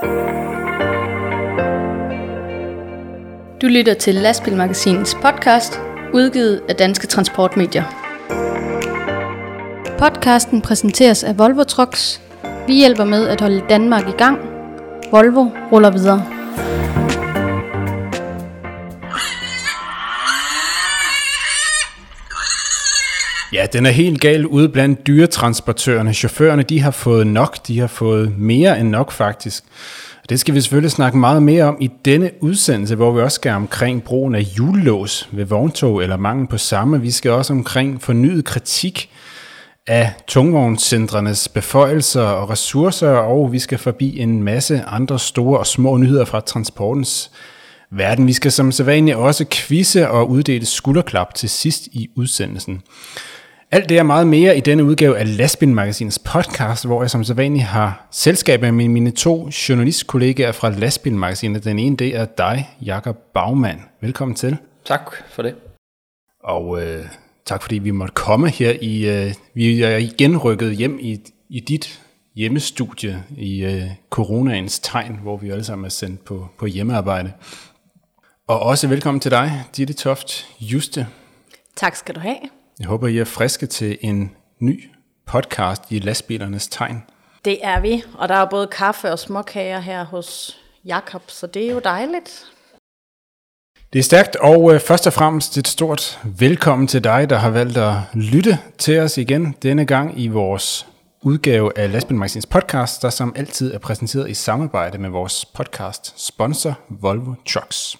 Du lytter til Lastbilmagasinets podcast, udgivet af Danske Transportmedier. Podcasten præsenteres af Volvo Trucks. Vi hjælper med at holde Danmark i gang. Volvo ruller videre. Ja, den er helt gal ude blandt dyretransportørerne. Chaufførerne, de har fået nok. De har fået mere end nok, faktisk. Det skal vi selvfølgelig snakke meget mere om i denne udsendelse, hvor vi også skal omkring brugen af hjullås ved vogntog eller mangel på samme. Vi skal også omkring fornyet kritik af tungvognscentrenes beføjelser og ressourcer, og vi skal forbi en masse andre store og små nyheder fra transportens verden. Vi skal som sædvanligt også quizze og uddele skulderklap til sidst i udsendelsen. Alt det er meget mere i denne udgave af Lastbilmagasinets podcast, hvor jeg som sædvanligt har selskab med mine to journalistkollegaer fra Lastbilmagasinet. Den ene, det er dig, Jakob Baumann. Velkommen til. Tak for det. Og tak fordi vi måtte komme her. Vi er igen rykket hjem i dit hjemmestudie i coronaens tegn, hvor vi alle sammen er sendt på hjemmearbejde. Og også velkommen til dig, Ditte Toft Juste. Tak skal du have. Jeg håber, I er friske til en ny podcast i lastbilernes tegn. Det er vi, og der er både kaffe og småkager her hos Jakob, så det er jo dejligt. Det er stærkt, og først og fremmest et stort velkommen til dig, der har valgt at lytte til os igen denne gang i vores udgave af Lastbilmagasinets podcast, der som altid er præsenteret i samarbejde med vores podcast sponsor Volvo Trucks.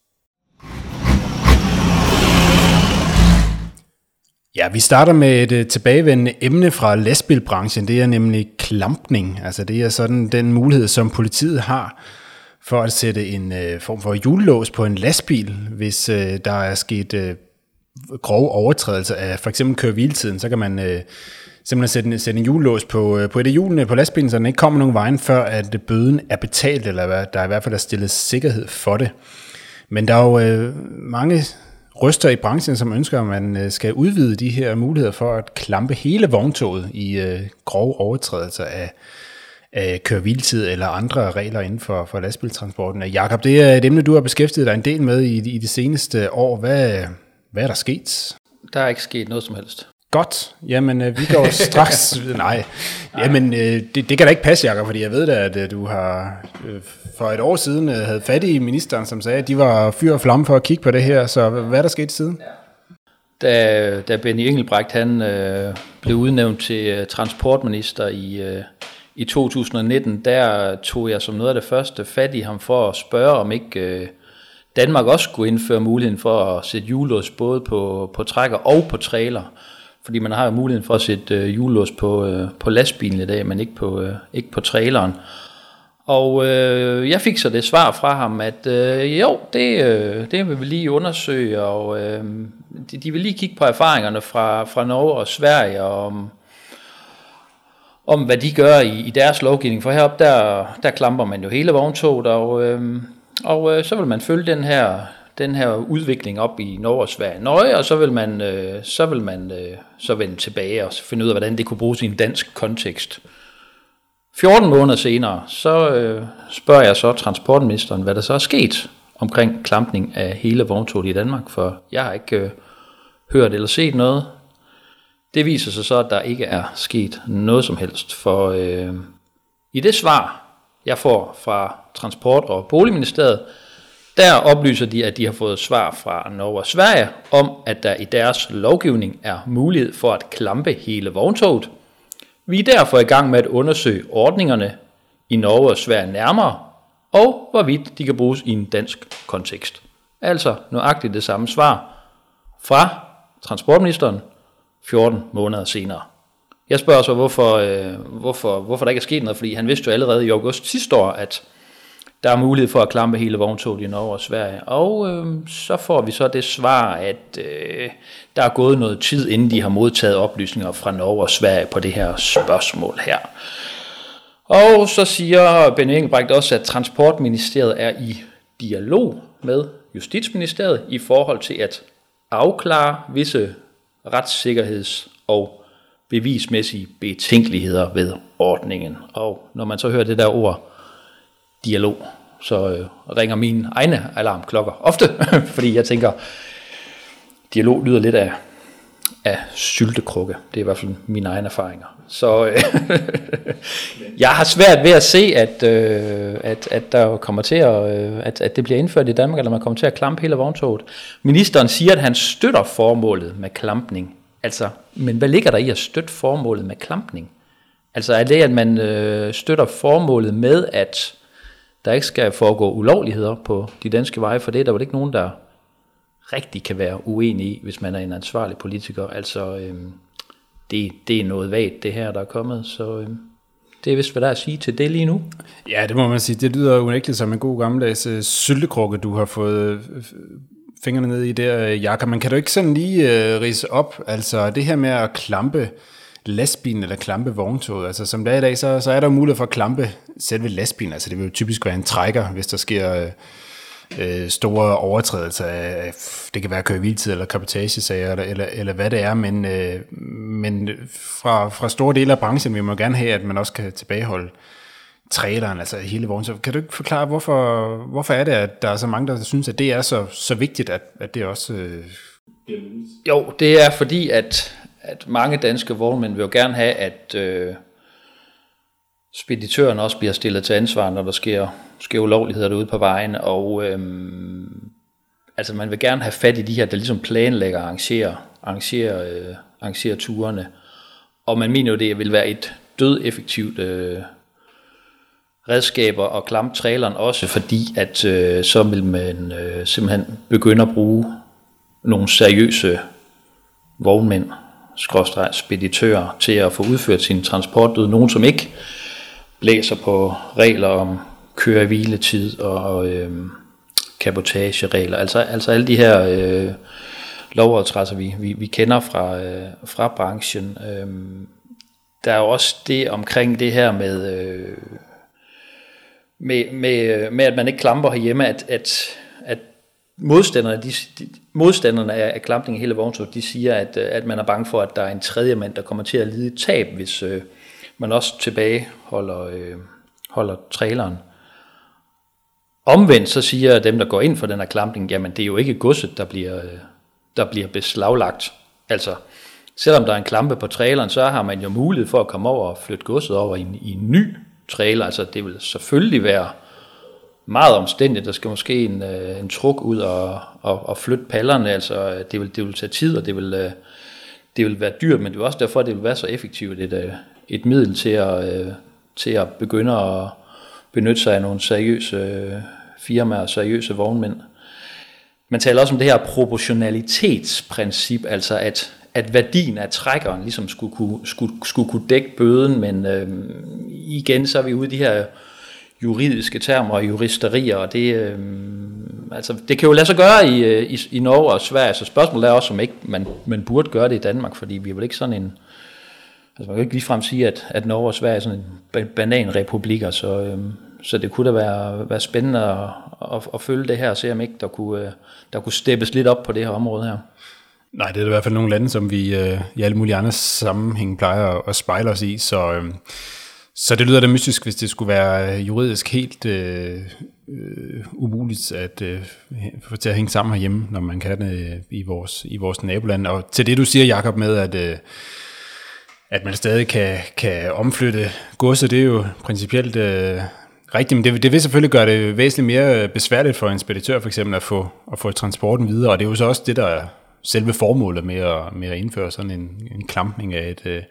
Ja, vi starter med et tilbagevendende emne fra lastbilbranchen. Det er nemlig klampning. Altså det er sådan den mulighed, som politiet har for at sætte en form for hjullås på en lastbil, hvis der er sket grove overtrædelser af for eksempel køre-hviletiden. Så kan man simpelthen sætte en hjullås på et af hjulene på lastbilen, så den ikke kommer nogen vejen, før at bøden er betalt, eller der i hvert fald er stillet sikkerhed for det. Men der er jo mange røster i branchen, som ønsker, at man skal udvide de her muligheder for at klampe hele vogntoget i grove overtrædelser af køre-hviletid eller andre regler inden for lastbiltransporten. Jakob, det er et emne, du har beskæftiget dig en del med i de seneste år. Hvad er der sket? Der er ikke sket noget som helst. Godt. Jamen, vi går straks... Nej. Jamen, det kan da ikke passe, Jakob, fordi jeg ved da, at du har for et år siden havde fat i ministeren, som sagde, at de var fyr og flamme for at kigge på det her. Så hvad er der sket siden? Da Benny Engelbrecht han blev udnævnt til transportminister i 2019, der tog jeg som noget af det første fat i ham for at spørge, om ikke Danmark også skulle indføre muligheden for at sætte hjullås både på trækker og på trailer. Fordi man har jo muligheden for at sætte hjullås på lastbilen i dag, men ikke på traileren. Og jeg fik så det svar fra ham, at jo, det vil vi lige undersøge, og de vil lige kigge på erfaringerne fra Norge og Sverige, om hvad de gør i deres lovgivning. For heroppe, der klamper man jo hele vogntoget, og så vil man følge den her udvikling op i Norge og Sverige nøje, og så vil man vende tilbage og finde ud af, hvordan det kunne bruges i en dansk kontekst. 14 måneder senere, så spørger jeg så transportministeren, hvad der så er sket omkring klampning af hele vogntoget i Danmark, for jeg har ikke hørt eller set noget. Det viser sig så, at der ikke er sket noget som helst, for i det svar, jeg får fra Transport- og Boligministeriet, der oplyser de, at de har fået svar fra Norge og Sverige om, at der i deres lovgivning er mulighed for at klampe hele vogntoget. Vi er derfor i gang med at undersøge ordningerne i Norge og Sverige nærmere, og hvorvidt de kan bruges i en dansk kontekst. Altså nøjagtigt det samme svar fra transportministeren 14 måneder senere. Jeg spørger så, hvorfor der ikke er sket noget, fordi han vidste jo allerede i august sidste år, at der er mulighed for at klampe hele vogntoget i Norge og Sverige. Og så får vi så det svar, at der er gået noget tid, inden de har modtaget oplysninger fra Norge og Sverige på det her spørgsmål her. Og så siger Benny Engelbrecht også, at Transportministeriet er i dialog med Justitsministeriet i forhold til at afklare visse retssikkerheds- og bevismæssige betænkeligheder ved ordningen. Og når man så hører det der ord dialog, så ringer mine egne alarmklokker ofte, fordi jeg tænker, dialog lyder lidt af syltekrukke. Det er i hvert fald mine egne erfaringer. Så jeg har svært ved at se, at der kommer til at det bliver indført i Danmark, eller man kommer til at klampe hele vogntoget. Ministeren siger, at han støtter formålet med klampning. Altså, men hvad ligger der i at støtte formålet med klampning? Altså er det, at man støtter formålet med, at der ikke skal foregå ulovligheder på de danske veje, for det er der vel ikke nogen, der rigtig kan være uenig i, hvis man er en ansvarlig politiker. Altså, det er noget vagt, det her, der er kommet, så det er vist, hvad der er at sige til det lige nu. Ja, det må man sige. Det lyder unægteligt som en god gammeldags syltekrukke, du har fået fingrene ned i der, Jakob. Man kan du ikke sådan lige ridse op, altså det her med at klampe lastbilen eller klampe vogntoget. Altså som det er i dag, så er der mulighed for at klampe selve lastbilen. Altså det vil jo typisk være en trækker, hvis der sker store overtrædelser af, det kan være køre-hviletid eller cabotagesager eller hvad det er, men fra store dele af branchen vil man gerne have, at man også kan tilbageholde traileren, altså hele vogntoget. Kan du ikke forklare, hvorfor er det, at der er så mange, der synes, at det er så vigtigt, at det også bliver muligt? Jo, det er fordi, at mange danske vognmænd vil jo gerne have, at speditøren også bliver stillet til ansvar, når der sker ulovligheder derude på vejen, og altså man vil gerne have fat i de her, der ligesom planlægger og arrangerer turene, og man mener jo, det vil være et dødeffektivt redskaber og klampe traileren også, fordi at så vil man simpelthen begynde at bruge nogle seriøse vognmænd, speditører, til at få udført sin transport. Nogen, som ikke blæser på regler om køre-hviletid og cabotageregler. Altså alle de her lovovertrædelser, vi kender fra branchen. Der er jo også det omkring det her med at man ikke klamper herhjemme, at modstanderne af klampning i hele vogntoget, de siger, at man er bange for, at der er en tredje mand, der kommer til at lide et tab, hvis man også tilbageholder traileren. Omvendt så siger dem, der går ind for den her klampning, jamen det er jo ikke godset, der bliver beslaglagt. Altså, selvom der er en klampe på traileren, så har man jo mulighed for at komme over og flytte godset over i en ny trailer. Altså det vil selvfølgelig være meget omstændigt. Der skal måske en truk ud og flytte pallerne. Altså det vil tage tid, og det vil være dyrt, men det er også derfor, det vil være så effektivt et middel til at begynde at benytte sig af nogle seriøse firmaer og seriøse vognmænd. Man taler også om det her proportionalitetsprincip, altså at værdien af trækkeren ligesom skulle kunne dække bøden, men igen så er vi ude i de her juridiske termer og juristerier, og det kan jo lade sig gøre i Norge og Sverige, så spørgsmålet er også, om ikke man burde gøre det i Danmark, fordi vi er vel ikke sådan en, altså man kan ikke ligefrem sige, at Norge og Sverige er sådan en bananrepublikker, så det kunne da være spændende at følge det her, og se om ikke der kunne steppes lidt op på det her område her. Nej, det er i hvert fald nogle lande, som vi i alle mulige andre sammenhæng plejer at spejle os i, så det lyder da mystisk, hvis det skulle være juridisk helt umuligt at få til at hænge sammen herhjemme, når man kan det i vores naboland. Og til det, du siger, Jakob, med at man stadig kan omflytte godset, det er jo principielt rigtigt, men det vil selvfølgelig gøre det væsentligt mere besværligt for en speditør for eksempel at få transporten videre, og det er jo så også det, der er selve formålet med at indføre sådan en klampning af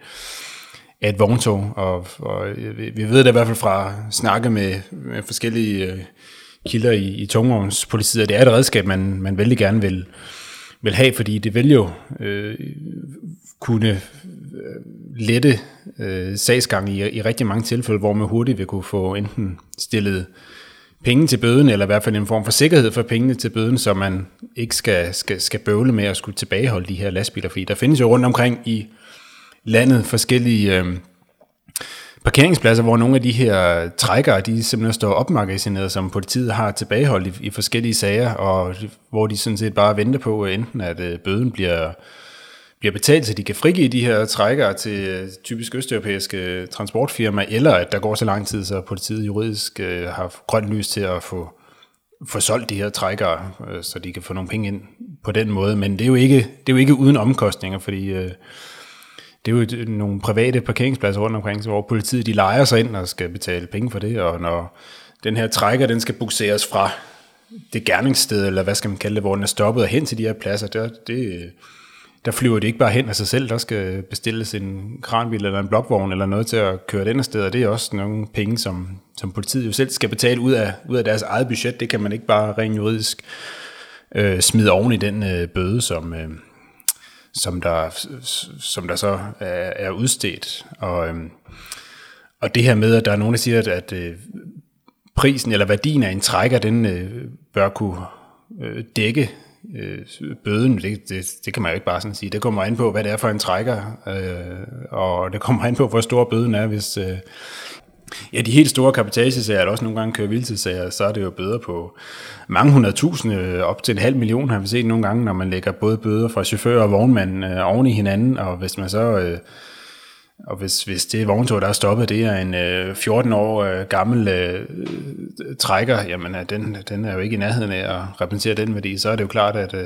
et vogntog, og vi ved det i hvert fald fra snakke med forskellige kilder i tungvognspolitiet, at det er et redskab, man vældig gerne vil have, fordi det vil jo kunne lette sagsgang i rigtig mange tilfælde, hvor man hurtigt vil kunne få enten stillet penge til bøden, eller i hvert fald en form for sikkerhed for pengene til bøden, så man ikke skal bøvle med at skulle tilbageholde de her lastbiler, fordi der findes jo rundt omkring i landet forskellige parkeringspladser, hvor nogle af de her trækkere, de simpelthen står opmagasineret, som politiet har tilbageholdt i forskellige sager, og hvor de sådan set bare venter på enten, at bøden bliver bliver betalt, så de kan frigive de her trækkere til typisk østeuropæiske transportfirmaer, eller at der går så lang tid, så politiet juridisk har grønt lys til at få solgt de her trækkere, så de kan få nogle penge ind på den måde. Men det er jo ikke uden omkostninger, fordi det er jo nogle private parkeringspladser rundt omkring, hvor politiet de lejer sig ind og skal betale penge for det, og når den her trækker, den skal bukseres fra det gerningssted, eller hvad skal man kalde det, hvor den er stoppet og hen til de her pladser, der flyver det ikke bare hen af sig selv. Der skal bestilles en kranbil eller en blokvogn eller noget til at køre den afsted, og det er også nogle penge, som politiet jo selv skal betale ud af deres eget budget. Det kan man ikke bare rent juridisk smide oven i den bøde, som der så er udstedt. Og det her med, at der er nogen, der siger, at prisen eller værdien af en trækker, den bør kunne dække bøden, det kan man jo ikke bare sådan sige. Det kommer an på, hvad det er for en trækker, og det kommer an på, hvor stor bøden er. Hvis de helt store cabotagesager, eller også nogle gange køre-hviletidssager, så er det jo bøder på mange 100.000, op til 500.000 har vi set nogle gange, når man lægger både bøder fra chauffør og vognmand oven i hinanden, og hvis man så hvis det vogntog, der er stoppet, det er en 14 år gammel trækker, jamen den er jo ikke i nærheden af at repræsentere den værdi, så er det jo klart, at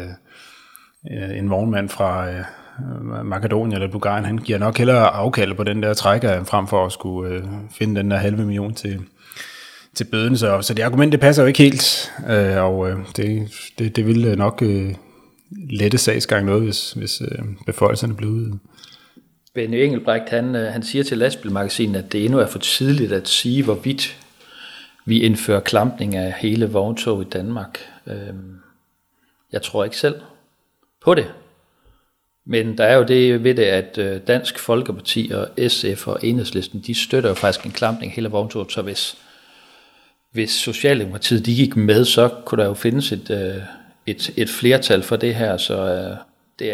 en vognmand fra Makedonien eller Bulgarien, han giver nok hellere afkald på den der trækker, frem for at skulle finde den der 500.000 til bøden. Så det argument, det passer jo ikke helt, og det ville nok lette sagsgang noget, hvis beføjelserne blev udvidet. Benny Engelbrecht, han siger til Lastbilmagasinet, at det endnu er for tidligt at sige, hvorvidt vi indfører klampning af hele vogntog i Danmark. Jeg tror ikke selv på det. Men der er jo det ved det, at Dansk Folkeparti og SF og Enhedslisten, de støtter jo faktisk en klampning af hele vogntoget, så hvis Socialdemokratiet de gik med, så kunne der jo findes et flertal for det her, så det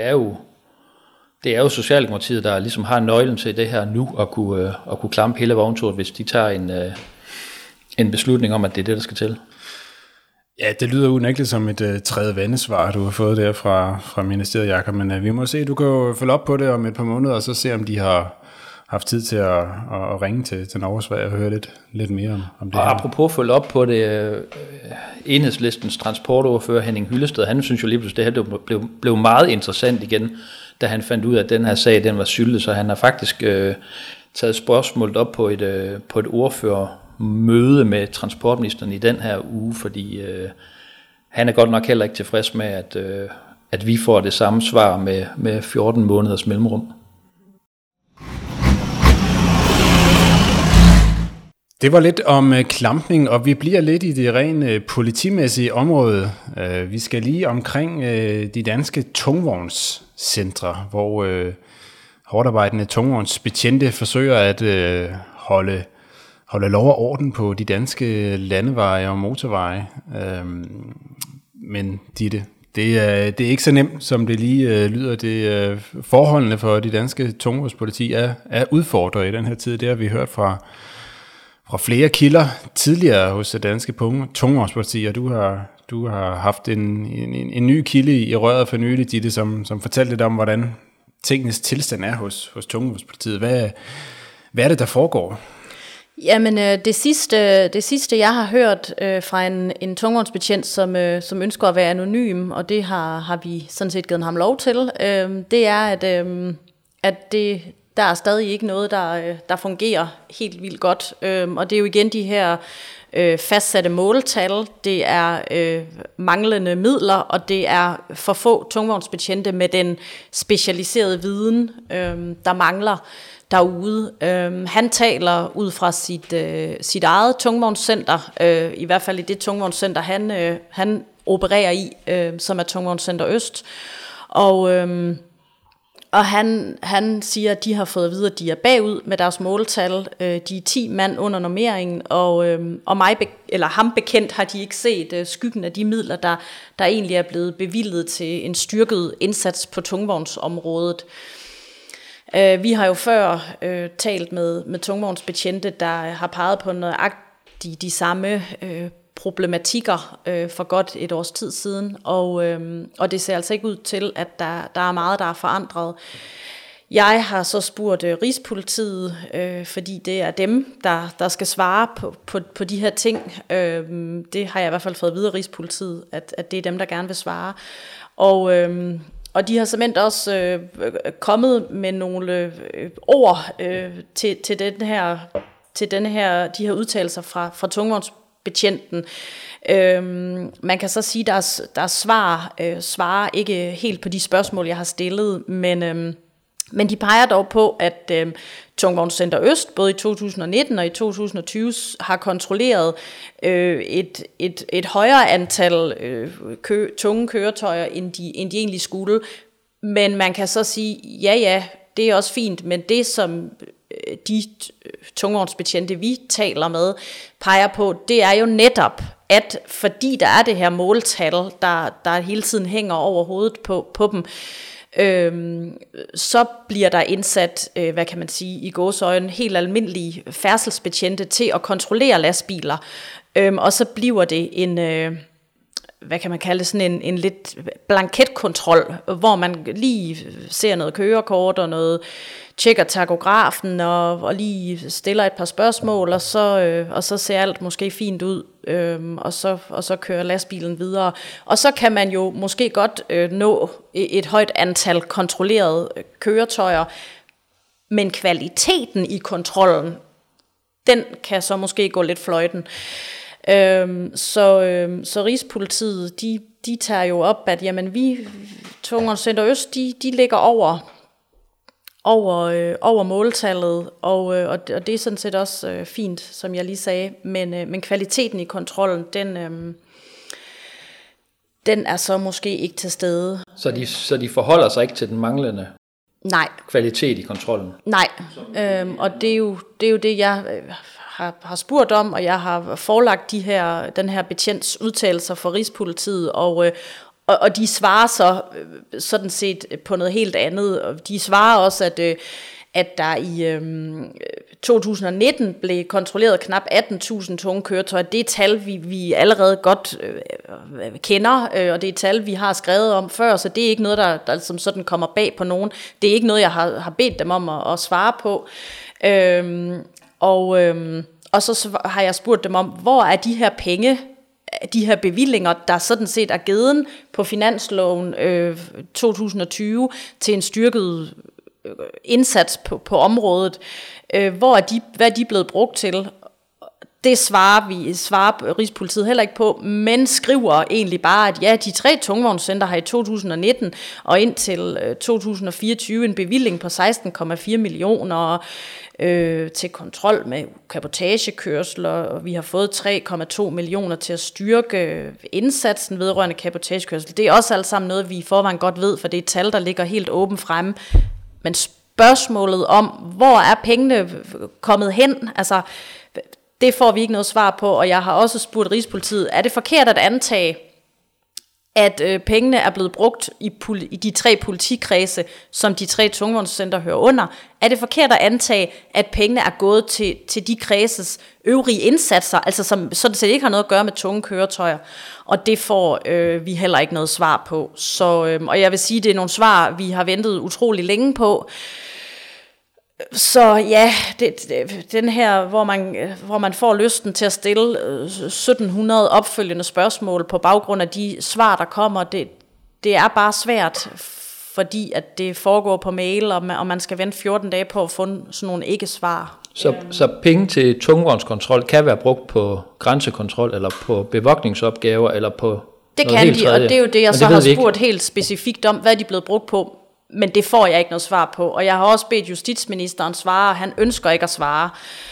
er jo Socialdemokratiet, der ligesom har nøglen til det her nu, at kunne klampe hele vogntoget, hvis de tager en beslutning om, at det er det, der skal til. Ja, det lyder unægteligt som et tredje vandesvar, du har fået der fra ministeriet, Jakob, men vi må se, du kan jo følge op på det om et par måneder, og så se, om de har haft tid til at ringe til Norge og Sverige og høre lidt mere om det. Og apropos følge op på det, Enhedslistens transportordfører Henning Hyllested, han synes jo lige pludselig, det her blev meget interessant igen, da han fandt ud af, at den her sag, den var syltet, så han har faktisk taget spørgsmålet op på et ordførermøde med transportministeren i den her uge, fordi han er godt nok heller ikke tilfreds med, at vi får det samme svar med 14 måneders mellemrum. Det var lidt om klampning, og vi bliver lidt i det rent politimæssige område. Vi skal lige omkring de danske tungvognscentre, hvor hårdarbejdende tungvognsbetjente forsøger at holde lov og orden på de danske landeveje og motorveje. Men det er ikke så nemt, som det lige lyder. Forholdene for de danske tungvognspoliti er udfordret i den her tid. Det har vi hørt fra flere kilder hos det danske tungvognspoliti, og du har haft en ny kilde i røret for nylig, Ditte, som fortalte lidt om, hvordan tingenes tilstand er hos tungvognspolitiet. Hvad er det, der foregår? Jamen, det sidste jeg har hørt fra en tungvognsbetjent, som ønsker at være anonym, og det har vi sådan set givet ham lov til, det er, at der er stadig ikke noget, der fungerer helt vildt godt. Og det er jo igen de her fastsatte måltal, det er manglende midler, og det er for få tungvognsbetjente med den specialiserede viden, der mangler derude. Han taler ud fra sit eget tungvognscenter, i hvert fald i det tungvognscenter, han opererer i, som er Tungvognscenter Øst. Og han siger, at de har fået at vide, at de er bagud med deres måltal. De er 10 mand under normeringen, og ham bekendt har de ikke set skyggen af de midler, der egentlig er blevet bevilget til en styrket indsats på tungvognsområdet. Vi har jo før talt med tungvognsbetjente, der har peget på nøjagtigt de samme problematikker for godt et års tid siden, og det ser altså ikke ud til, at der er meget, der er forandret. Jeg har så spurgt Rigspolitiet, fordi det er dem, der skal svare på de her ting. Det har jeg i hvert fald fået at vide af Rigspolitiet, at det er dem, der gerne vil svare. Og de har simpelthen også kommet med nogle ord til de her udtalelser fra tungvognsbetjenten. Man kan så sige, at der svarer ikke helt på de spørgsmål, jeg har stillet, men de peger dog på, at Tungvognscenter Øst både i 2019 og i 2020 har kontrolleret et højere antal tunge køretøjer, end de egentlig skulle. Men man kan så sige, ja, det er også fint, men det som de tungvognsbetjente, vi taler med, peger på, det er jo netop, at fordi der er det her måltal, der hele tiden hænger over hovedet på dem, så bliver der indsat, hvad kan man sige, i gåseøjne, helt almindelige færdselsbetjente til at kontrollere lastbiler, og så bliver det en, hvad kan man kalde det, sådan en lidt blanketkontrol, hvor man lige ser noget kørekort og noget, tjekker takografen og lige stiller et par spørgsmål, og så ser alt måske fint ud, og så kører lastbilen videre. Og så kan man jo måske godt nå et højt antal kontrollerede køretøjer, men kvaliteten i kontrollen, den kan så måske gå lidt fløjten. Så Rigspolitiet, de tager jo op, at jamen Tungvognscenter Øst, de ligger over måltallet, og det er sådan set også fint, som jeg lige sagde, men kvaliteten i kontrollen, den er så måske ikke til stede. Så de forholder sig ikke til den manglende kvalitet i kontrollen? Nej, og det er jo det, jeg har spurgt om, og jeg har forelagt den her betjents udtalelser for Rigspolitiet, og de svarer så sådan set på noget helt andet. Og de svarer også, at der i 2019 blev kontrolleret knap 18.000 tunge køretøjer. Det er et tal, vi allerede godt kender, og det er et tal, vi har skrevet om før, så det er ikke noget, der som sådan kommer bag på nogen. Det er ikke noget, jeg har bedt dem om at svare på. Og så har jeg spurgt dem om, hvor er de her penge, de her bevillinger, der sådan set er givet på finansloven 2020 til en styrket indsats på området. Hvad er de blevet brugt til? Det svarer Rigspolitiet heller ikke på, men skriver egentlig bare, at ja, de 3 tungvognscenter har i 2019 og indtil 2024 en bevilling på 16,4 millioner til kontrol med cabotagekørsler, og vi har fået 3,2 millioner til at styrke indsatsen vedrørende cabotagekørsel. Det er også alt sammen noget, vi i forvejen godt ved, for det er et tal, der ligger helt åbent fremme. Men spørgsmålet om, hvor er pengene kommet hen, altså det får vi ikke noget svar på, og jeg har også spurgt Rigspolitiet, er det forkert at antage, at pengene er blevet brugt i de 3 politikredse, som de 3 tungvognscenter hører under? Er det forkert at antage, at pengene er gået til de kredses øvrige indsatser, altså som sådan set ikke har noget at gøre med tunge køretøjer? Og det får vi heller ikke noget svar på. Og jeg vil sige, det er nogle svar, vi har ventet utrolig længe på. Så ja, den her, hvor man får lysten til at stille 1700 opfølgende spørgsmål på baggrund af de svar, der kommer, det er bare svært, fordi at det foregår på mail, og man skal vente 14 dage på at få sådan nogle ikke-svar. Så penge til tungvognskontrol kan være brugt på grænsekontrol, eller på bevogtningsopgaver, eller på det noget helt tredje? Og det er jo det, jeg så har spurgt helt specifikt om, hvad er de blevet brugt på. Men det får jeg ikke noget svar på, og jeg har også bedt justitsministeren svare, og han ønsker ikke at svare.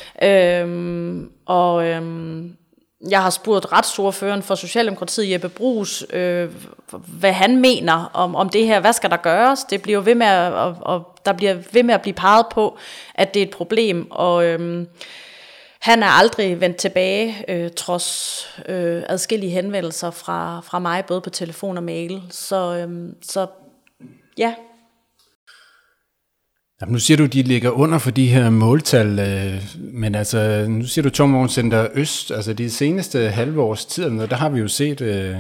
Jeg har spurgt retsordføreren for Socialdemokratiet, Jeppe Bruus, hvad han mener om det her. Hvad skal der gøres? Det bliver ved med der bliver ved med at blive peget på, at det er et problem, og han er aldrig vendt tilbage, trods adskillige henvendelser fra mig, både på telefon og mail. Så ja. Nu siger du, at de ligger under for de her måltal, men altså, nu siger du Tungvognscenter Øst, altså de seneste halve års tid, der har vi jo set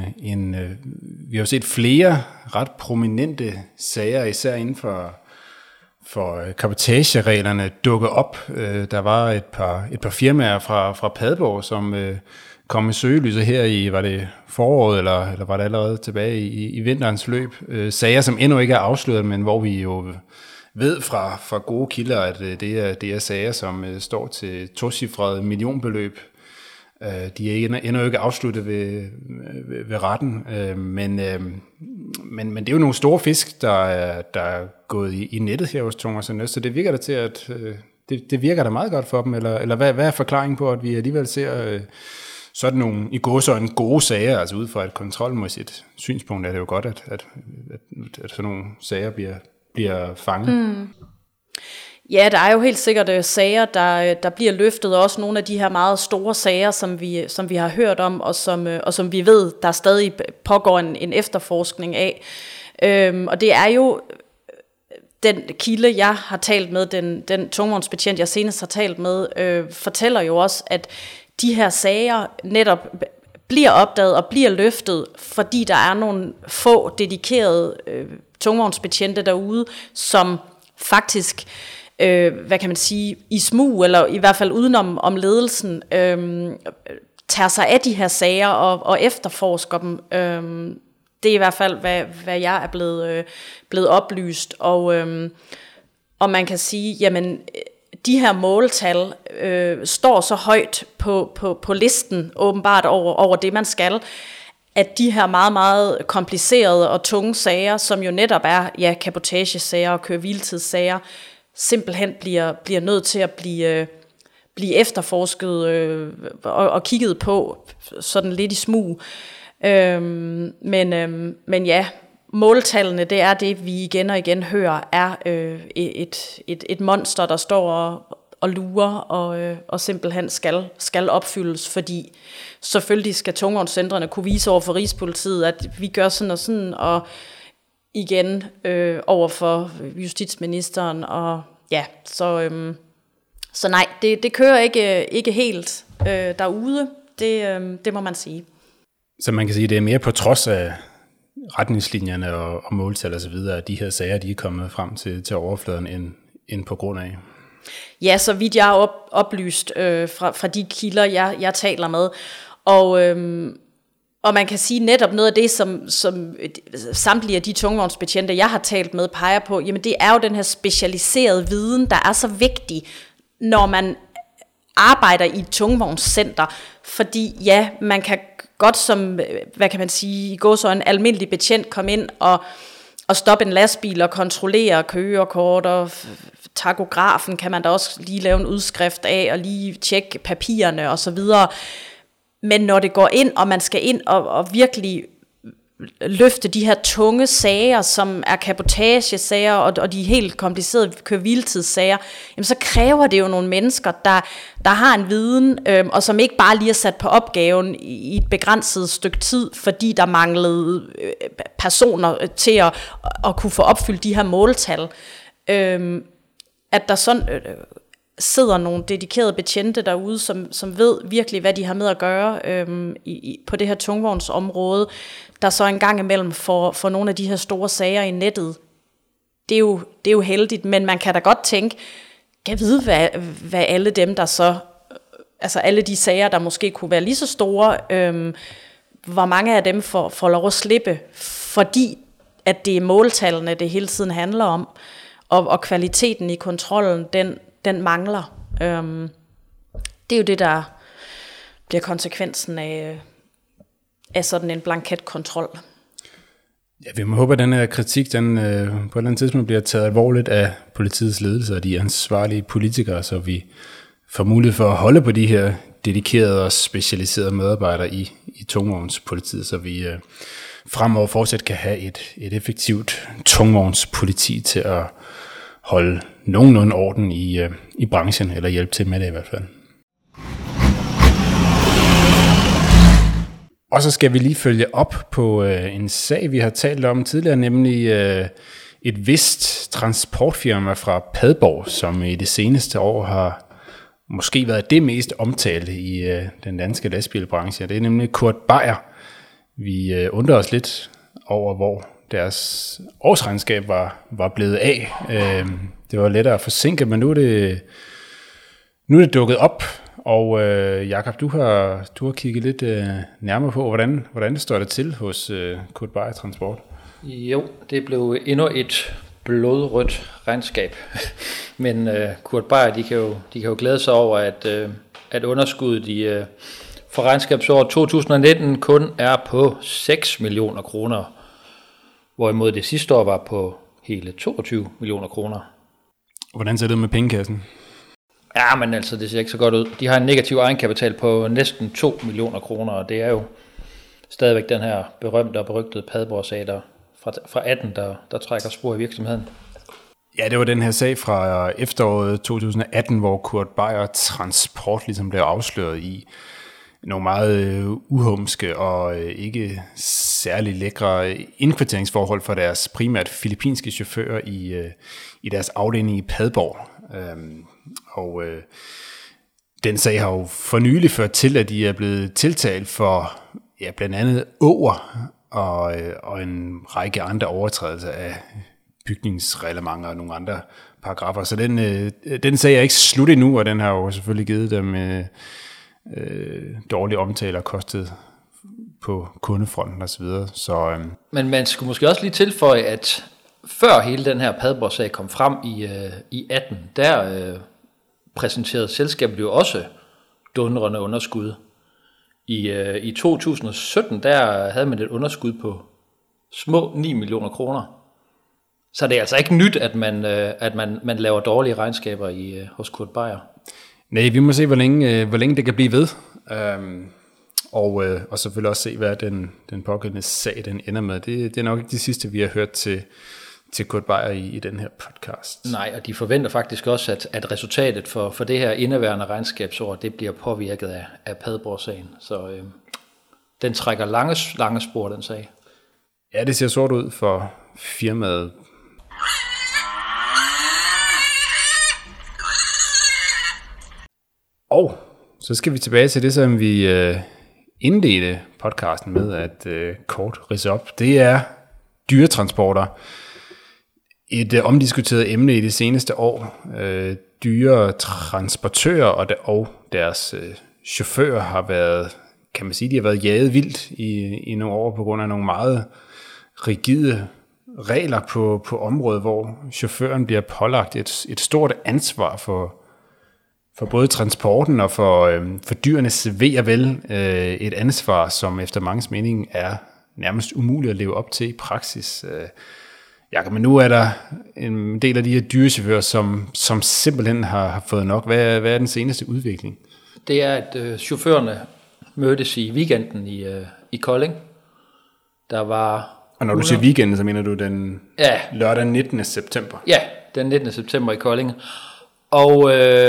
vi har set flere ret prominente sager, især inden for cabotagereglerne dukke op. Der var et par firmaer fra Padborg, som kom i søgelyset her i, var det foråret, eller var det allerede tilbage i vinterens løb. Sager, som endnu ikke er afsløret, men hvor vi jo ved fra gode kilder, at det er sager, som står til tocifrede millionbeløb. De er endnu ikke afsluttet ved retten, men det er jo nogle store fisk, der er gået i nettet her hos Tungvognscenter Øst, så det virker da til, at det virker da meget godt for dem, eller hvad er forklaringen på, at vi alligevel ser sådan nogle i gåseøjne gode sager, altså ud fra et kontrolmæssigt synspunkt er det jo godt, at sådan nogle sager bliver fanget. Ja, der er jo helt sikkert sager, der bliver løftet, og også nogle af de her meget store sager, som vi har hørt om, og som vi ved, der stadig pågår en efterforskning af. Og det er jo den kilde, jeg har talt med, den tungvognsbetjent, jeg senest har talt med, fortæller jo også, at de her sager netop bliver opdaget og bliver løftet, fordi der er nogle få dedikerede tungvognsbetjente derude, som faktisk, hvad kan man sige, i smug, eller i hvert fald udenom ledelsen, tager sig af de her sager og efterforsker dem. Det er i hvert fald, hvad jeg er blevet oplyst. Og man kan sige, jamen, de her måltal står så højt på listen, åbenbart over det, man skal, at de her meget, meget komplicerede og tunge sager, som jo netop er cabotagesager og køre-hviletidssager, simpelthen bliver nødt til at blive efterforsket og kigget på sådan lidt i smug. Men ja, måltallene, det er det, vi igen og igen hører, er et monster, der står og lurer og simpelthen skal opfyldes, fordi selvfølgelig skal tungvognscentrene kunne vise over for Rigspolitiet, at vi gør sådan og sådan, og igen over for justitsministeren, og ja, så nej, det kører ikke helt derude, det må man sige. Så man kan sige, at det er mere på trods af retningslinjerne og måltal og så videre, at de her sager, de er kommet frem til overfladen end på grund af? Ja, så vidt jeg er oplyst fra de kilder, jeg taler med. Og man kan sige netop noget af det, som samtlige af de tungvognsbetjente, jeg har talt med, peger på, jamen det er jo den her specialiserede viden, der er så vigtig, når man arbejder i et tungvognscenter. Fordi ja, man kan godt som, hvad kan man sige, i gåseøjne almindelig betjent komme ind og stoppe en lastbil og kontrollere kørekort, og takografen kan man da også lige lave en udskrift af, og lige tjekke papirerne og så videre. Men når det går ind, og man skal ind og virkelig løfte de her tunge sager, som er cabotagesager og de helt komplicerede køre-hviletidssager, jamen så kræver det jo nogle mennesker, der har en viden, og som ikke bare lige er sat på opgaven i et begrænset stykke tid, fordi der manglede personer til at kunne få opfyldt de her måltal. At der sådan sidder nogle dedikerede betjente derude, som ved virkelig, hvad de har med at gøre på det her tungvognsområde, der så en gang imellem får nogle af de her store sager i nettet. Det er jo heldigt, men man kan da godt tænke, kan vide, hvad alle dem, der så, altså alle de sager, der måske kunne være lige så store, hvor mange af dem får lov at slippe, fordi at det er måltallene, det hele tiden handler om, og kvaliteten i kontrollen, den mangler. Det er jo det, der bliver konsekvensen af sådan en blanketkontrol. Ja, vi må håbe, at den her kritik, den på et eller andet tidspunkt bliver taget alvorligt af politiets ledelse og de ansvarlige politikere, så vi får mulighed for at holde på de her dedikerede og specialiserede medarbejdere i tungvognspolitiet, så vi fremover fortsat kan have et effektivt tungvognspoliti til at holde nogenlunde orden i branchen, eller hjælpe til med det i hvert fald. Og så skal vi lige følge op på en sag, vi har talt om tidligere, nemlig et vist transportfirma fra Padborg, som i det seneste år har måske været det mest omtalte i den danske lastbilbranche. Det er nemlig Kurt Beier. Vi undrer os lidt over, hvor deres årsregnskab var blevet af. Det var lettere at forsinke, men nu er det dukket op. Og Jakob, du har kigget lidt nærmere på, hvordan det står det til hos Kurt Beier Transport. Jo, det blev endnu et blodrødt regnskab. Men Kurt Beier, de kan jo glæde sig over, at underskuddet for regnskabsåret 2019 kun er på 6 millioner kroner, hvorimod det sidste år var på hele 22 millioner kroner. Hvordan ser det ud med pengekassen? Ja, men altså, det ser ikke så godt ud. De har en negativ egenkapital på næsten 2 millioner kroner, og det er jo stadigvæk den her berømte og berygtede Padborg-sag fra 18, der trækker spor i virksomheden. Ja, det var den her sag fra efteråret 2018, hvor Kurt Beier Transport ligesom blev afsløret i nogle meget uhumske og ikke særlig lækre indkvarteringsforhold for deres primært filippinske chauffører i deres afdeling i Padborg. Og den sag har jo for nylig ført til, at de er blevet tiltalt for blandt andet åger og en række andre overtrædelser af bygningsreglementer og nogle andre paragrafer. Så den sag er ikke slut endnu, og den har jo selvfølgelig givet dem dårlige omtaler og kostet på kundefronten osv. Men man skulle måske også lige tilføje, at før hele den her Padborg-sag kom frem i 18, der præsenterede selskabet jo også dundrende underskud. I 2017, der havde man et underskud på små 9 millioner kroner. Så det er altså ikke nyt, at man laver dårlige regnskaber hos Kurt Beier. Nej, vi må se, hvor længe det kan blive ved. Og selvfølgelig også se, hvad den pågældende sag den ender med. Det er nok ikke det sidste, vi har hørt til Kurt Beier i den her podcast. Nej, og de forventer faktisk også, at resultatet for det her indeværende regnskabsår, det bliver påvirket af Padborg-sagen. Så den trækker lange spor, den sag. Ja, det ser sort ud for firmaet. Og så skal vi tilbage til det, som vi indledte podcasten med at kort ridse op. Det er dyretransporter. Et omdiskuteret emne i det seneste år. Dyretransportører og deres chauffører har været, kan man sige, de har været jaget vildt i nogle år på grund af nogle meget rigide regler på området, hvor chaufføren bliver pålagt et stort ansvar for både transporten og for dyrenes ve og vel. Et ansvar, som efter manges mening er nærmest umuligt at leve op til i praksis. Men nu er der en del af de her dyrechauffører, som simpelthen har fået nok. Hvad er den seneste udvikling? Det er, at chaufførerne mødtes i weekenden i Kolding. Der var... Og når du siger weekenden, så mener du den lørdag 19. september? Ja, den 19. september i Kolding. Og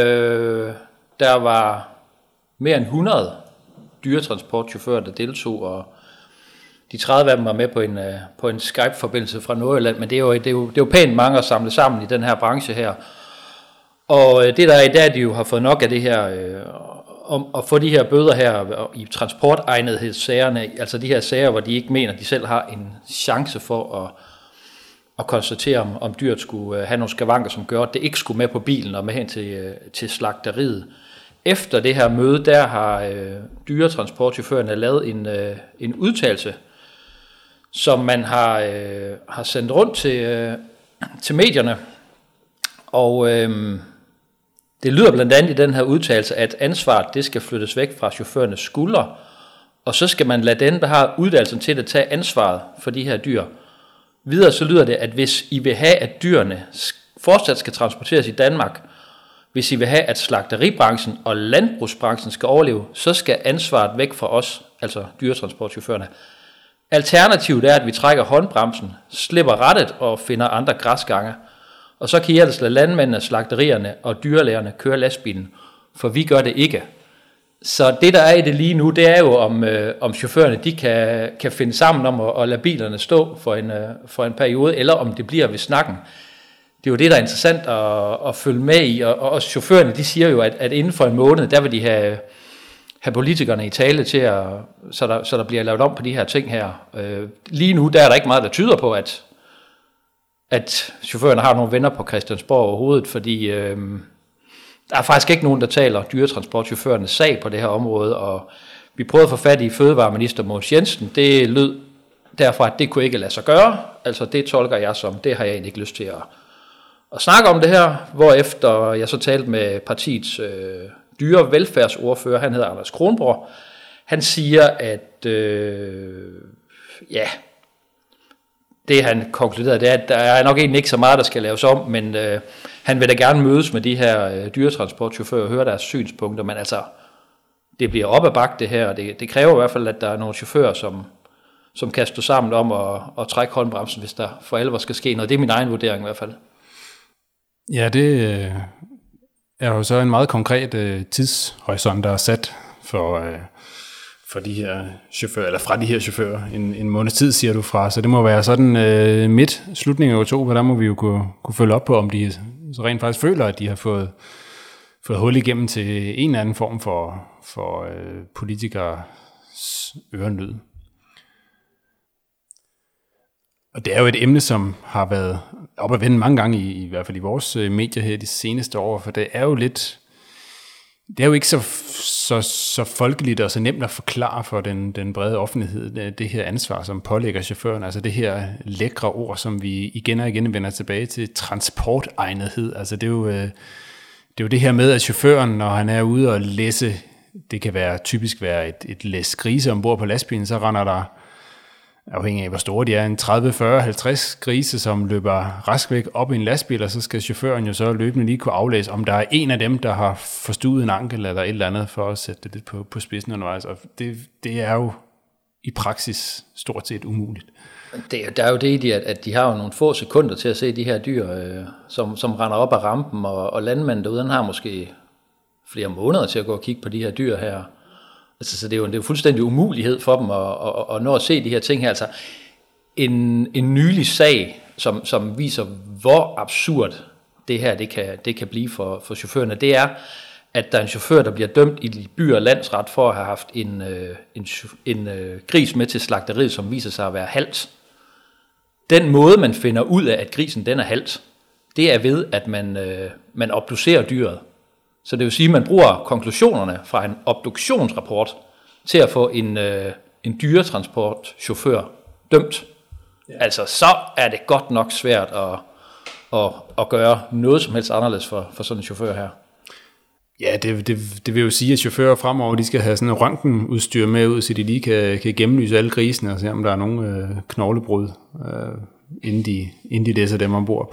der var mere end 100 dyretransportchauffører, der deltog, og de 30 af dem var med på en Skype-forbindelse fra Nordjylland, men det er jo pænt mange at samle sammen i den her branche her. Og det der er i dag, de jo har fået nok af det her, om at få de her bøder her i transportegnethedssagerne, altså de her sager, hvor de ikke mener, at de selv har en chance for at konstatere, om dyret skulle have nogle skavanker, som gør, at det ikke skulle med på bilen og med hen til slagteriet. Efter det her møde, der har dyretransportchaufførerne lavet en udtalelse, som man har sendt rundt til medierne. Og det lyder blandt andet i den her udtalelse, at ansvaret det skal flyttes væk fra chaufførernes skuldre, og så skal man lade den, der har uddannelsen til at tage ansvaret for de her dyr. Videre så lyder det, at hvis I vil have, at dyrene fortsat skal transporteres i Danmark, hvis I vil have, at slagteribranchen og landbrugsbranchen skal overleve, så skal ansvaret væk fra os, altså dyretransportchaufførerne. Alternativet er, at vi trækker håndbremsen, slipper rattet og finder andre græsgange. Og så kan I ellers lade landmændene, slagterierne og dyrlægerne køre lastbilen, for vi gør det ikke. Så det, der er i det lige nu, det er jo, om chaufførerne de kan finde sammen om at lade bilerne stå for en periode, eller om det bliver ved snakken. Det er jo det, der er interessant at følge med i, og chaufførerne, de siger jo, at inden for en måned, der vil de have politikerne i tale til, så der bliver lavet om på de her ting her. Lige nu, der er der ikke meget, der tyder på, at chaufførerne har nogle venner på Christiansborg overhovedet, fordi der er faktisk ikke nogen, der taler dyretransportchaufførernes sag på det her område, og vi prøvede at få fat i fødevareminister Mogens Jensen. Det lød derfra, at det kunne ikke lade sig gøre. Altså det tolker jeg som, det har jeg egentlig ikke lyst til at snakke om det her, hvorefter jeg så talte med partiets dyrevelfærdsordfører, han hedder Anders Kronborg. Han siger, at det han konkluderede, det er, at der er nok egentlig ikke så meget, der skal laves om, men han vil da gerne mødes med de her dyretransportchauffører og høre deres synspunkter, men altså, det bliver op ad bakke det her, og det kræver i hvert fald, at der er nogle chauffører, som kan stå sammen om at trække håndbremsen, hvis der for alvor skal ske noget. Det er min egen vurdering i hvert fald. Ja, det er jo så en meget konkret tidshorisont, der er sat for de her chauffører, eller fra de her chauffører. En måneds tid, siger du fra, så det må være sådan slutning af oktober, der må vi jo kunne følge op på, om de så rent faktisk føler, at de har fået hul igennem til en eller anden form for politikers ørenlyd. Og det er jo et emne, som har været op at vende mange gange, i hvert fald i vores medier her de seneste år, for det er jo lidt, det er jo ikke så folkeligt og så nemt at forklare for den brede offentlighed, det her ansvar, som pålægger chaufføren, altså det her lækre ord, som vi igen og igen vender tilbage til, transportegnethed. Altså det er jo det her med, at chaufføren, når han er ude og læse, det kan typisk være et læs grise ombord på lastbilen, så render der, afhængig af hvor store de er, en 30, 40, 50 grise, som løber rask væk op i en lastbil, og så skal chaufføren jo så løbende lige kunne aflæse, om der er en af dem, der har forstuet en ankel eller et eller andet, for at sætte det lidt på spidsen undervejs. Og det er jo i praksis stort set umuligt. Der er jo det i det, at de har jo nogle få sekunder til at se de her dyr, som render op ad rampen, og landmanden derude, han har måske flere måneder til at gå og kigge på de her dyr her. Altså, så det er jo fuldstændig umulighed for dem at nå at se de her ting her. Altså, en nylig sag, som viser, hvor absurd det her det kan blive for chaufførerne, det er, at der er en chauffør, der bliver dømt i by- og landsret for at have haft en gris med til slagteriet, som viser sig at være halt. Den måde, man finder ud af, at grisen den er halt, det er ved, at man obducerer dyret. Så det vil sige, at man bruger konklusionerne fra en obduktionsrapport til at få en dyretransportchauffør dømt. Ja. Altså, så er det godt nok svært at gøre noget som helst anderledes for sådan en chauffør her. Ja, det vil jo sige, at chauffører fremover, de skal have sådan en røntgenudstyr med ud, så de lige kan gennemlyse alle grisene og se, om der er nogle knoglebrud, inden de læser dem ombord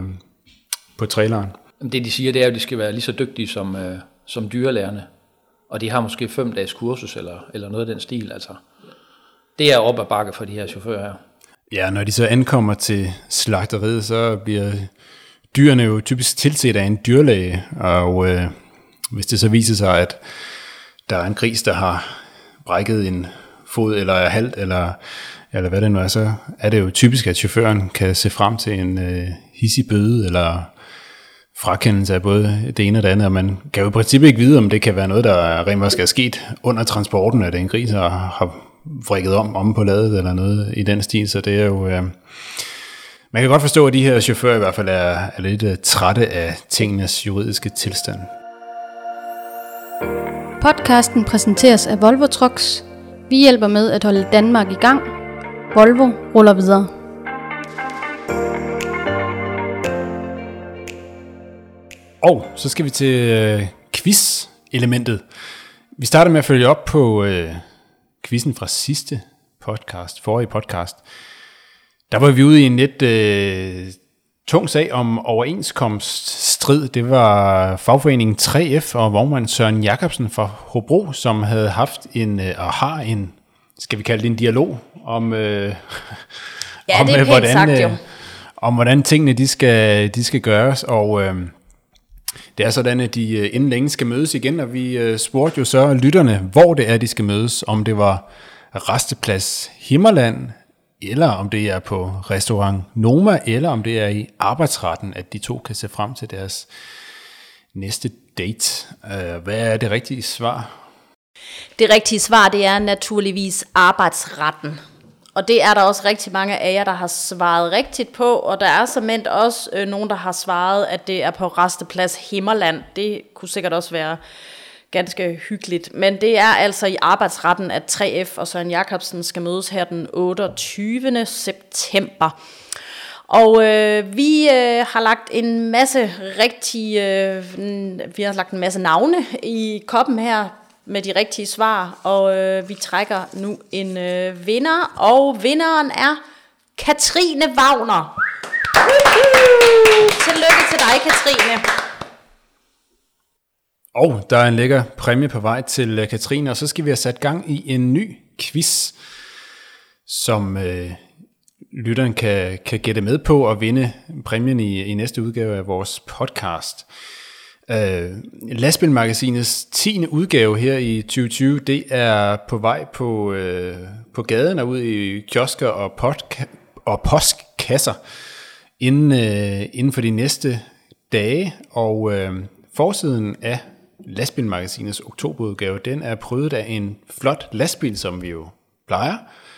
på traileren. Det de siger, det er jo, at de skal være lige så dygtige som dyrelærerne. Og de har måske 5 dages kursus eller noget af den stil. Altså. Det er op ad bakke for de her chauffører her. Ja, når de så ankommer til slagteriet, så bliver dyrene jo typisk tilset af en dyrlæge. Og hvis det så viser sig, at der er en gris, der har brækket en fod eller er halt, eller hvad det nu er, så er det jo typisk, at chaufføren kan se frem til en hissig bøde eller frakendelse af både det ene og det andet, og man kan jo i princippet ikke vide, om det kan være noget, der rent faktisk er sket under transporten, at en gris har vrikket om på ladet eller noget i den stil, så det er jo... Man kan godt forstå, at de her chauffører i hvert fald er lidt trætte af tingenes juridiske tilstand. Podcasten præsenteres af Volvo Trucks. Vi hjælper med at holde Danmark i gang. Volvo ruller videre. Og så skal vi til quiz-elementet. Vi starter med at følge op på quizzen fra forrige podcast. Der var vi ude i en lidt tung sag om overenskomststrid. Det var fagforeningen 3F og vognmand Søren Jacobsen fra Hobro, som havde haft og har en, skal vi kalde det en dialog om, hvordan tingene de skal gøres. Og Det er sådan, at de inden længe skal mødes igen, og vi spurgte jo så lytterne, hvor det er, de skal mødes. Om det var Rasteplads Himmerland, eller om det er på restaurant Noma, eller om det er i arbejdsretten, at de to kan se frem til deres næste date. Hvad er det rigtige svar? Det rigtige svar, det er naturligvis arbejdsretten. Og det er der også rigtig mange af jer, der har svaret rigtigt på, og der er såmænd også nogen, der har svaret, at det er på Rasteplads Himmerland. Det kunne sikkert også være ganske hyggeligt. Men det er altså i arbejdsretten, at 3F og Søren Jacobsen skal mødes her den 28. september. Og vi har lagt en masse vi har lagt en masse navne i koppen her med de rigtige svar, og vi trækker nu en vinder, og vinderen er Katrine Wagner. Tillykke til dig, Katrine. Og der er en lækker præmie på vej til Katrine, og så skal vi have sat gang i en ny quiz, som lytteren kan gætte med på og vinde præmien i næste udgave af vores podcast. Lastbilmagasinets 10. udgave her i 2020, det er på vej på gaden og ud i kiosker og postkasser inden for de næste dage, og forsiden af Lastbilmagasinets oktoberudgave, den er prøvet af en flot lastbil, som vi jo plejer,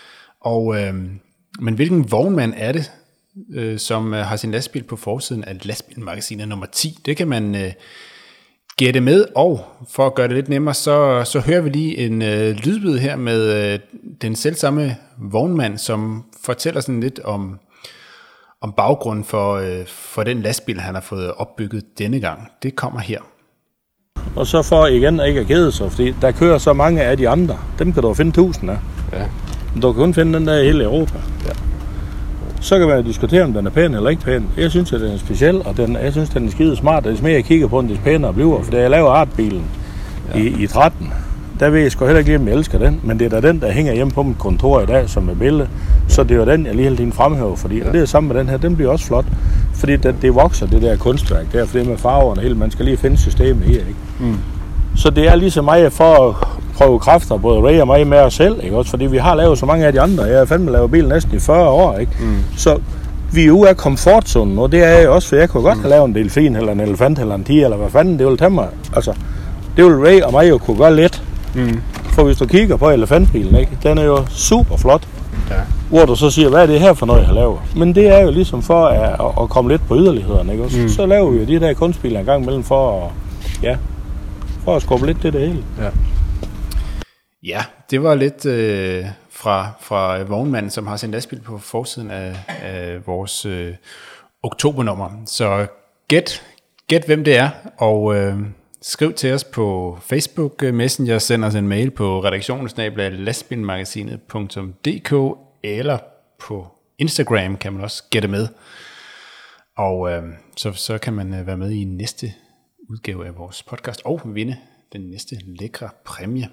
men hvilken vognmand er det, som har sin lastbil på forsiden af Lastbilmagasinet nummer 10. Det kan man gætte med, og for at gøre det lidt nemmere, så hører vi lige en lydbid her med den selvsamme vognmand, som fortæller sådan lidt om baggrunden for den lastbil, han har fået opbygget denne gang. Det kommer her. Og så for igen ikke at kede sig, fordi der kører så mange af de andre. Dem kan du finde 1000 af. Ja. Men du kan kun finde den der i hele Europa. Ja. Så kan man diskutere, om den er pæn eller ikke pæn. Jeg synes, at den er speciel, og jeg synes, at den er skide smart. Det er mere, jeg kigger på den, des pænere bliver. For da jeg laver artbilen i 13, der ved jeg sgu heller ikke lige, om jeg elsker den. Men det er da den, der hænger hjemme på mit kontor i dag, som er billede. Så det er jo den, jeg lige hele tiden fremhæver. Fordi, og det er sammen med den her, den bliver også flot. Fordi det vokser, det der kunstværk der. For det med farverne hele, man skal lige finde systemet i, ikke? Mm. Så det er ligesom mig for at prøve kræfter, både Ray og mig med os selv, ikke også? Fordi vi har lavet så mange af de andre. Jeg har fandme lavet bil næsten i 40 år, ikke? Mm. Så vi er ude af komfortzonen, og det er jeg også, for jeg kunne godt have lavet en delfin, eller en elefant, eller en tiger, eller hvad fanden det ville tage mig. Altså, det vil Ray og mig jo kunne gøre let. Mm. For hvis du kigger på elefantbilen, ikke? Den er jo super flot. Ja. Hvor du så siger, hvad er det her for noget, jeg har lavet? Men det er jo ligesom for at komme lidt på yderlighederne, ikke også? Mm. Så laver vi jo de der kunstbiler en gang imellem for at skubbe lidt til det hele. Ja. Ja, det var lidt fra vognmanden, som har sin lastbil på forsiden af vores oktobernummer. Så gæt hvem det er, og skriv til os på Facebook Messenger, send os en mail på redaktionen@lastbilmagasinet.dk, eller på Instagram kan man også gætte med. Og så kan man være med i næste udgave af vores podcast og vinde den næste lækre præmie.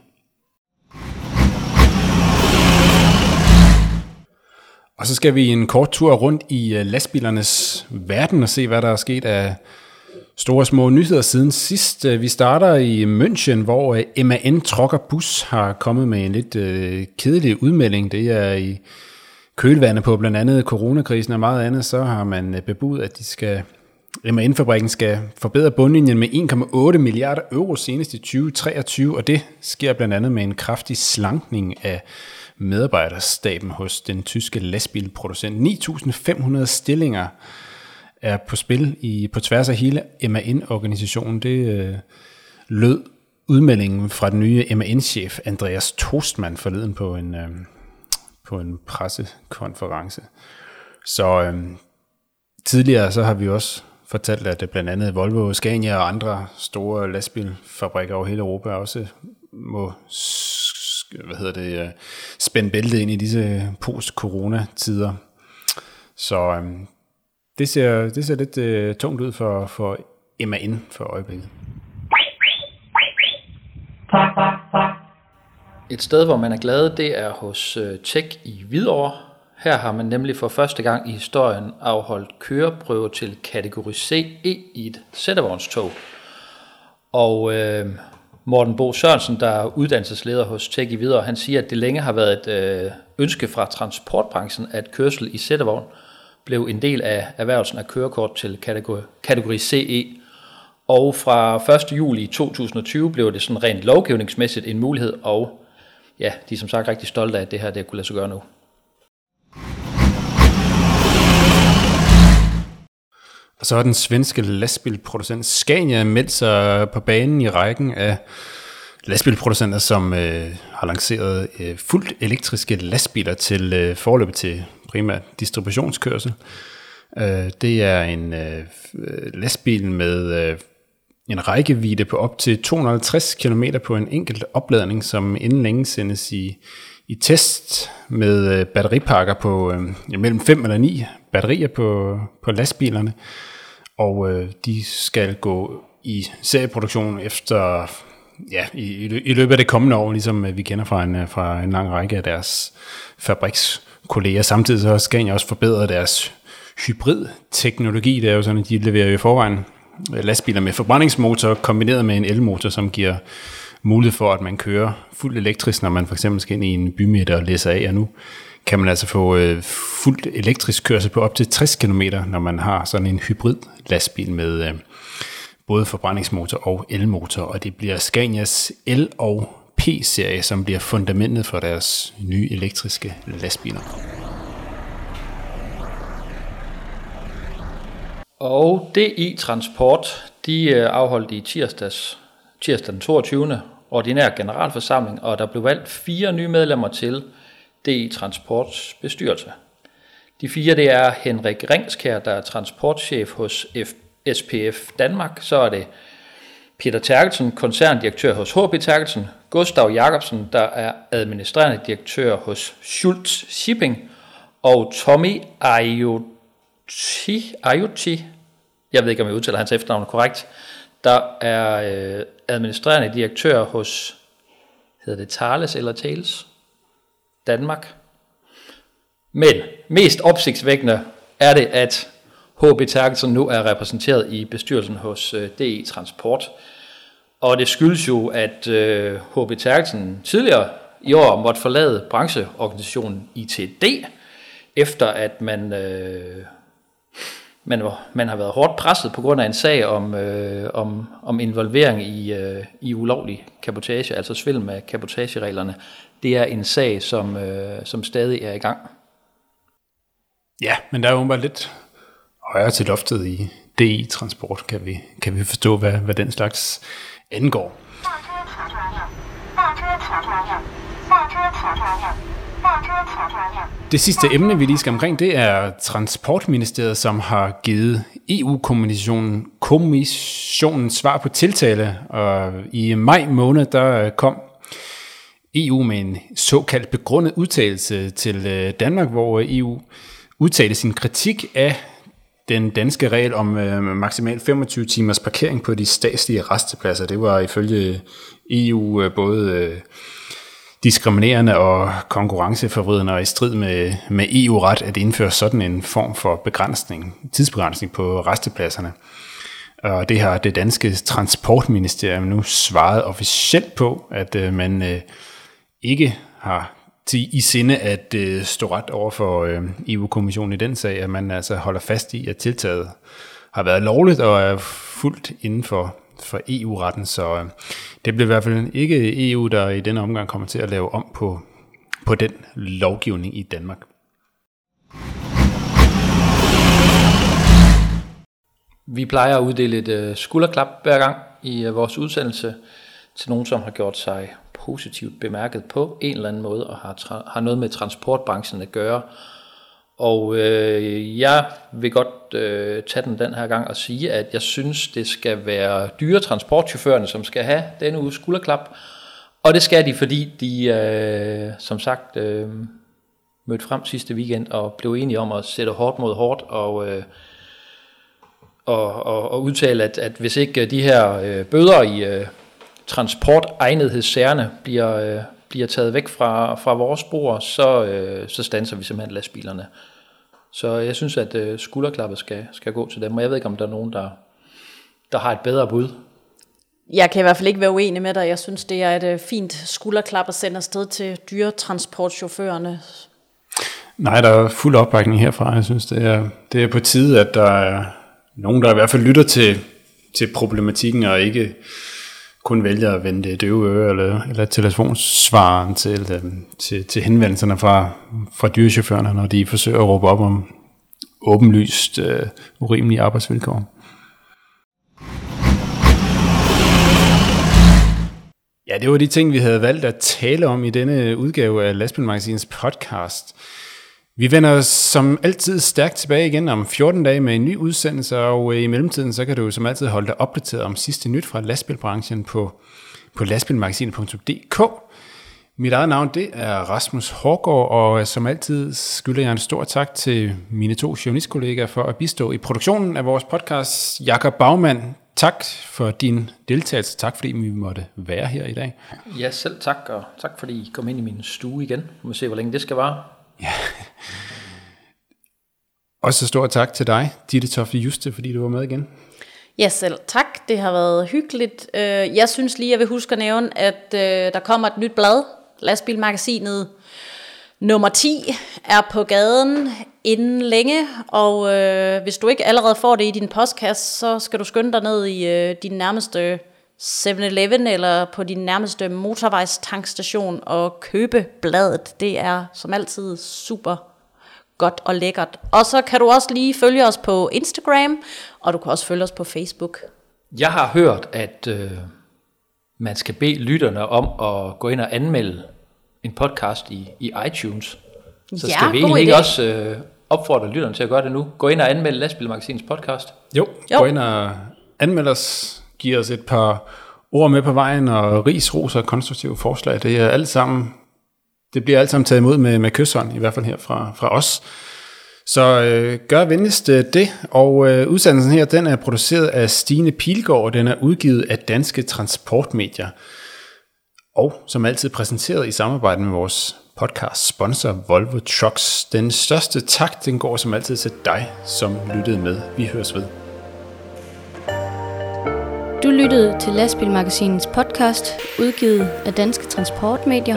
Og så skal vi en kort tur rundt i lastbilernes verden og se, hvad der er sket af store og små nyheder siden sidst. Vi starter i München, hvor MAN Truck & Bus har kommet med en lidt kedelig udmelding. Det er i kølvandet på blandt andet coronakrisen og meget andet, så har man bebudet, at MAN-fabrikken skal forbedre bundlinjen med 1,8 milliarder euro senest i 2023, og det sker blandt andet med en kraftig slankning af medarbejderstaben hos den tyske lastbilproducent. 9.500 stillinger er på spil på tværs af hele MAN-organisationen. Det lød udmeldingen fra den nye MAN-chef Andreas Tostmann forleden på en pressekonference. Så tidligere så har vi også fortalt, at blandt andet Volvo, Scania og andre store lastbilfabrikker over hele Europa også må spænde bæltet ind i disse post-corona-tider. Så det ser lidt tungt ud for MAN for øjeblikket. Et sted, hvor man er glad, det er hos Tech i Hvidovre. Her har man nemlig for første gang i historien afholdt køreprøver til kategori CE i et sættevognstog. Og Morten Bo Sørensen, der er uddannelsesleder hos Tech Videre, han siger, at det længe har været et ønske fra transportbranchen, at kørsel i sættevogn blev en del af erhvervelsen af kørekort til kategori CE. Og fra 1. juli 2020 blev det sådan rent lovgivningsmæssigt en mulighed, og ja, de er som sagt rigtig stolte af, at det her det kunne lade sig gøre nu. Og så har den svenske lastbilproducent Scania meldt sig på banen i rækken af lastbilproducenter, som har lanceret fuldt elektriske lastbiler til forløbet til primært distributionskørsel. Det er en lastbil med en rækkevidde på op til 250 km på en enkelt opladning, som inden længe sendes i test med batteripakker på mellem 5 eller 9 batterier på lastbilerne. Og de skal gå i serieproduktion efter i løbet af det kommende år, ligesom vi kender fra en lang række af deres fabrikskolleger. Samtidig så har Scania også forbedret deres hybridteknologi. Det er jo sådan, at de leverer i forvejen lastbiler med forbrændingsmotor kombineret med en elmotor, som giver mulighed for, at man kører fuldt elektrisk, når man for eksempel skal ind i en bymidte og læser af. Og nu kan man altså få fuldt elektrisk kørsel på op til 60 km, når man har sådan en hybrid lastbil med både forbrændingsmotor og elmotor. Og det bliver Scanias L- og P-serie, som bliver fundamentet for deres nye elektriske lastbiler. Og DI Transport, de afholdt i tirsdag den 22. ordinær generalforsamling, og der blev valgt 4 nye medlemmer til DI Transports bestyrelse. De 4, det er Henrik Ringskær, der er transportchef hos SPF Danmark. Så er det Peter Terkelsen, koncerndirektør hos HB Terkelsen. Gustav Jacobsen, der er administrerende direktør hos Schultz Shipping. Og Tommy Ayuti, jeg ved ikke, om jeg udtaler hans efternavn korrekt, der er administrerende direktør hos, hedder det Thales eller Thales? Danmark. Men mest opsigtsvækkende er det, at HB Terkelsen nu er repræsenteret i bestyrelsen hos DI Transport. Og det skyldes jo, at HB Terkelsen tidligere i år måtte forlade brancheorganisationen ITD, efter at man har været hårdt presset på grund af en sag om involvering i ulovlig cabotage, altså svindel med cabotagereglerne. Det er en sag, som stadig er i gang. Ja, men der er jo bare lidt højere til loftet i DI Transport, kan vi forstå, hvad den slags angår. Det sidste emne, vi lige skal omkring, det er Transportministeriet, som har givet EU-kommissionen svar på tiltale. Og i maj måned, der kom EU med en såkaldt begrundet udtalelse til Danmark, hvor EU udtalte sin kritik af den danske regel om maksimalt 25 timers parkering på de statslige rastepladser. Det var ifølge EU både diskriminerende og konkurrenceforvridende og i strid med EU-ret at indføre sådan en form for tidsbegrænsning på rastepladserne. Og det har det danske transportministerium nu svaret officielt på, at man ikke har i sinde at stå ret over for EU-kommissionen i den sag, at man altså holder fast i, at tiltaget har været lovligt og er fuldt inden for EU-retten, så det bliver i hvert fald ikke EU, der i denne omgang kommer til at lave om på den lovgivning i Danmark. Vi plejer at uddele et skulderklap hver gang i vores udsendelse til nogen, som har gjort sig positivt bemærket på en eller anden måde og har noget med transportbranchen at gøre. Og jeg vil godt tage den her gang og sige, at jeg synes, det skal være dyre transportchaufførerne, som skal have denne uges skulderklap. Og det skal de, fordi de, som sagt, mødte frem sidste weekend og blev enige om at sætte hårdt mod hårdt og udtale, at hvis ikke de her bøder i transportegnethedssagerne bliver taget væk fra vores bord, så standser vi simpelthen lastbilerne. Så jeg synes, at skulderklappet skal gå til dem, og jeg ved ikke, om der er nogen, der har et bedre bud. Jeg kan i hvert fald ikke være uenig med dig. Jeg synes, det er et fint skulderklap at sende afsted til dyretransportchaufførerne. Nej, der er fuld opbakning herfra. Jeg synes, det er på tide, at der er nogen, der i hvert fald lytter til problematikken, og ikke kun vælger at vende det døve øre eller telefonsvaren til henvendelserne fra dyrechaufførerne, når de forsøger at råbe op om åbenlyst urimelige arbejdsvilkår. Ja, det var de ting, vi havde valgt at tale om i denne udgave af Lastbilmagasinets podcast. Vi vender os som altid stærkt tilbage igen om 14 dage med en ny udsendelse, og i mellemtiden så kan du som altid holde dig opdateret om sidste nyt fra lastbilbranchen på lastbilmagasinet.dk. Mit eget navn, det er Rasmus Hårgaard, og som altid skylder jeg en stor tak til mine 2 journalistkollegaer for at bistå i produktionen af vores podcast. Jakob Baumann, tak for din deltagelse. Tak fordi vi måtte være her i dag. Ja, selv tak, og tak fordi I kom ind i min stue igen. Vi må se, hvor længe det skal vare. Ja. Også stor tak til dig, Ditte Tofte Juste, fordi du var med igen. Ja, selv tak. Det har været hyggeligt. Jeg synes lige, jeg vil huske at nævne, at der kommer et nyt blad. Lastbilmagasinet nummer 10 er på gaden inden længe, og hvis du ikke allerede får det i din postkasse, så skal du skynde dig ned i din nærmeste 7-Eleven eller på din nærmeste motorvejstankstation og købe bladet. Det er som altid super godt og lækkert. Og så kan du også lige følge os på Instagram, og du kan også følge os på Facebook. Jeg har hørt, at man skal bede lytterne om at gå ind og anmelde en podcast i iTunes. Så skal vi egentlig ikke også opfordre lytterne til at gøre det nu? Gå ind og anmelde Lastbilmagasinets podcast. Jo, gå ind og anmelde os. Giv os et par ord med på vejen, og ris, ros og konstruktive forslag. Det er alt sammen, det bliver alt sammen taget imod med kyshånd, i hvert fald her fra os. Så gør venligst det, og udsendelsen her, den er produceret af Stine Pilgaard, og den er udgivet af Danske Transportmedier. Og som altid præsenteret i samarbejde med vores podcast sponsor Volvo Trucks. Den største tak, den går som altid til dig, som lyttede med. Vi høres ved. Du lyttede til Lastbilmagasinets podcast, udgivet af Danske Transportmedier.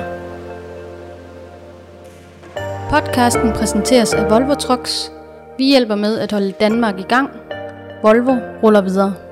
Podcasten præsenteres af Volvo Trucks. Vi hjælper med at holde Danmark i gang. Volvo ruller videre.